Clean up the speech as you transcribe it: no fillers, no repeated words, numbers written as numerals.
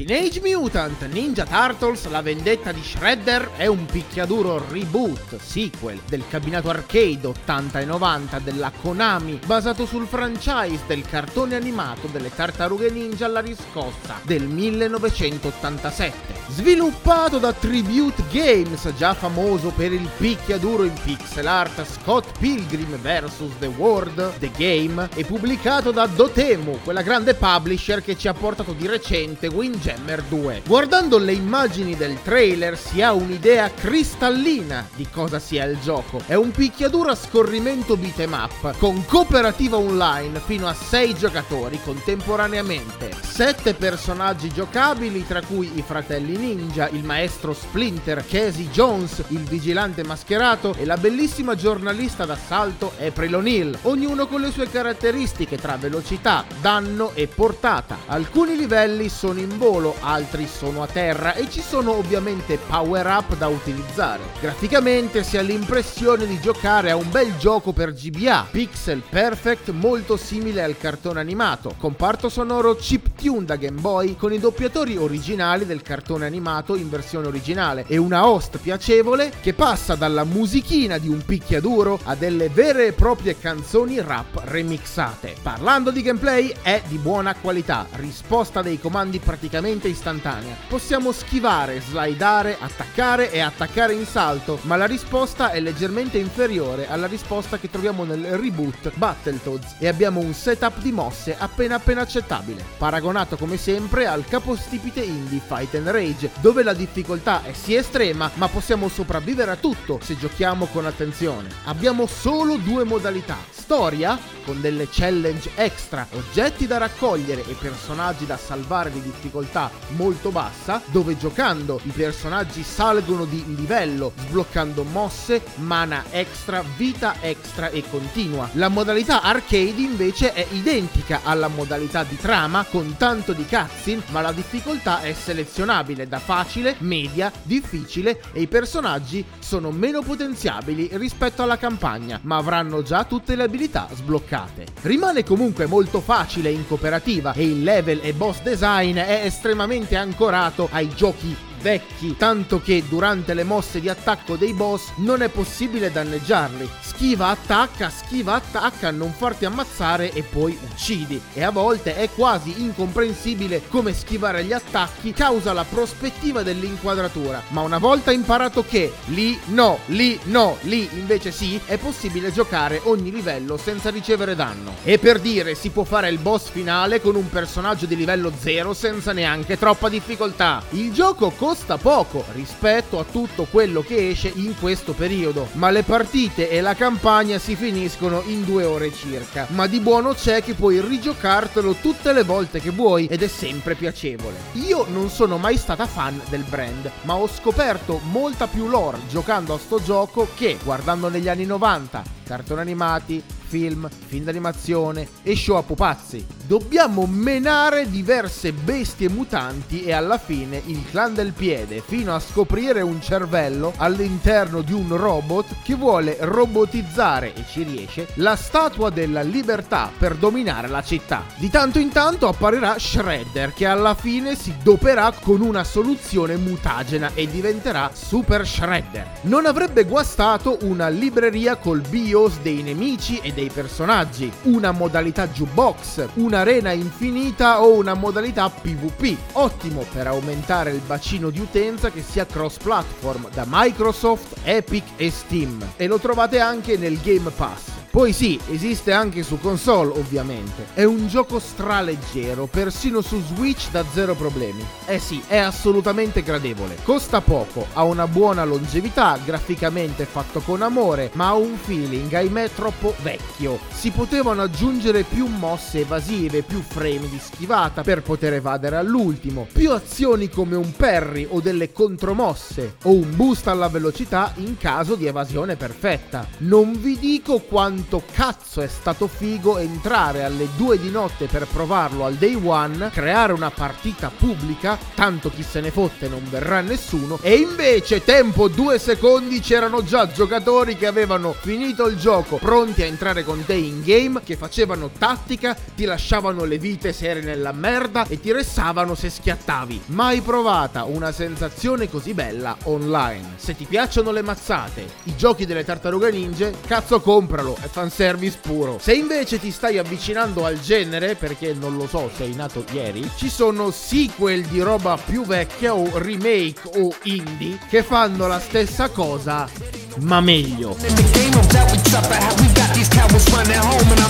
Teenage Mutant Ninja Turtles La vendetta di Shredder è un picchiaduro reboot, sequel del cabinato arcade 80 e 90 della Konami, basato sul franchise del cartone animato delle Tartarughe Ninja alla riscossa del 1987. Sviluppato da Tribute Games, già famoso per il picchiaduro in pixel art Scott Pilgrim vs. The World, The Game, e pubblicato da Dotemu, quella grande publisher che ci ha portato di recente Windjammer 2. Guardando le immagini del trailer si ha un'idea cristallina di cosa sia il gioco. È un picchiaduro a scorrimento beat'em up, con cooperativa online fino a 6 giocatori contemporaneamente, 7 personaggi giocabili tra cui i fratelli ninja, il maestro Splinter, Casey Jones, il vigilante mascherato e la bellissima giornalista d'assalto April O'Neil, ognuno con le sue caratteristiche tra velocità, danno e portata. Alcuni livelli sono in volo, altri sono a terra e ci sono ovviamente power up da utilizzare. Graficamente si ha l'impressione di giocare a un bel gioco per GBA, pixel perfect molto simile al cartone animato, comparto sonoro chiptune da Game Boy con i doppiatori originali del cartone animato in versione originale e una host piacevole che passa dalla musichina di un picchiaduro a delle vere e proprie canzoni rap remixate. Parlando di gameplay, è di buona qualità, risposta dei comandi praticamente istantanea. Possiamo schivare, slidare, attaccare e attaccare in salto, ma la risposta è leggermente inferiore alla risposta che troviamo nel reboot Battletoads e abbiamo un setup di mosse appena accettabile, paragonato come sempre al capostipite indie Fight and Rage, dove la difficoltà è sì estrema, ma possiamo sopravvivere a tutto se giochiamo con attenzione. Abbiamo solo 2 modalità: storia, con delle challenge extra, oggetti da raccogliere e personaggi da salvare di difficoltà molto bassa, dove giocando i personaggi salgono di livello, sbloccando mosse, mana extra, vita extra e continua. La modalità arcade invece è identica alla modalità di trama, con tanto di cutscene, ma la difficoltà è selezionabile da facile, media, difficile e i personaggi sono meno potenziabili rispetto alla campagna, ma avranno già tutte le abilità sbloccate. Rimane comunque molto facile in cooperativa e il level e boss design è estremamente ancorato ai giochi vecchi, tanto che durante le mosse di attacco dei boss non è possibile danneggiarli. Schiva, attacca, non farti ammazzare e poi uccidi. E a volte è quasi incomprensibile come schivare gli attacchi causa la prospettiva dell'inquadratura. Ma una volta imparato che lì no, lì invece sì, è possibile giocare ogni livello senza ricevere danno. E per dire, si può fare il boss finale con un personaggio di livello 0 senza neanche troppa difficoltà. Il gioco costa poco rispetto a tutto quello che esce in questo periodo, ma le partite e la campagna si finiscono in 2 ore circa. Ma di buono c'è che puoi rigiocartelo tutte le volte che vuoi ed è sempre piacevole. Io non sono mai stata fan del brand, ma ho scoperto molta più lore giocando a sto gioco che guardando negli anni 90 cartoni animati, film d'animazione e show a pupazzi. Dobbiamo menare diverse bestie mutanti e alla fine il clan del piede, fino a scoprire un cervello all'interno di un robot che vuole robotizzare, e ci riesce, la statua della libertà per dominare la città. Di tanto in tanto apparirà Shredder, che alla fine si doperà con una soluzione mutagena e diventerà Super Shredder. Non avrebbe guastato una libreria col BIOS dei nemici e dei personaggi, una modalità jukebox, un'arena infinita o una modalità PvP. Ottimo per aumentare il bacino di utenza che sia cross-platform da Microsoft, Epic e Steam. E lo trovate anche nel Game Pass. Poi sì, esiste anche su console ovviamente. È un gioco straleggero, persino su Switch da 0 problemi. Eh sì, è assolutamente gradevole. Costa poco, ha una buona longevità, graficamente fatto con amore, ma ha un feeling, ahimè, troppo vecchio. Si potevano aggiungere più mosse evasive, più frame di schivata per poter evadere all'ultimo, più azioni come un parry o delle contromosse, o un boost alla velocità in caso di evasione perfetta. Non vi dico quanto quanto cazzo è stato figo entrare alle 2 di notte per provarlo al day one, creare una partita pubblica, tanto chi se ne fotte, non verrà nessuno, e invece tempo 2 secondi c'erano già giocatori che avevano finito il gioco, pronti a entrare con te in game, che facevano tattica, ti lasciavano le vite se eri nella merda e ti ressavano se schiattavi. Mai provata una sensazione così bella online. Se ti piacciono le mazzate, i giochi delle tartarughe ninja, cazzo compralo, è fanservice puro. Se invece ti stai avvicinando al genere, perché non lo so, sei nato ieri, ci sono sequel di roba più vecchia o remake o indie che fanno la stessa cosa ma meglio.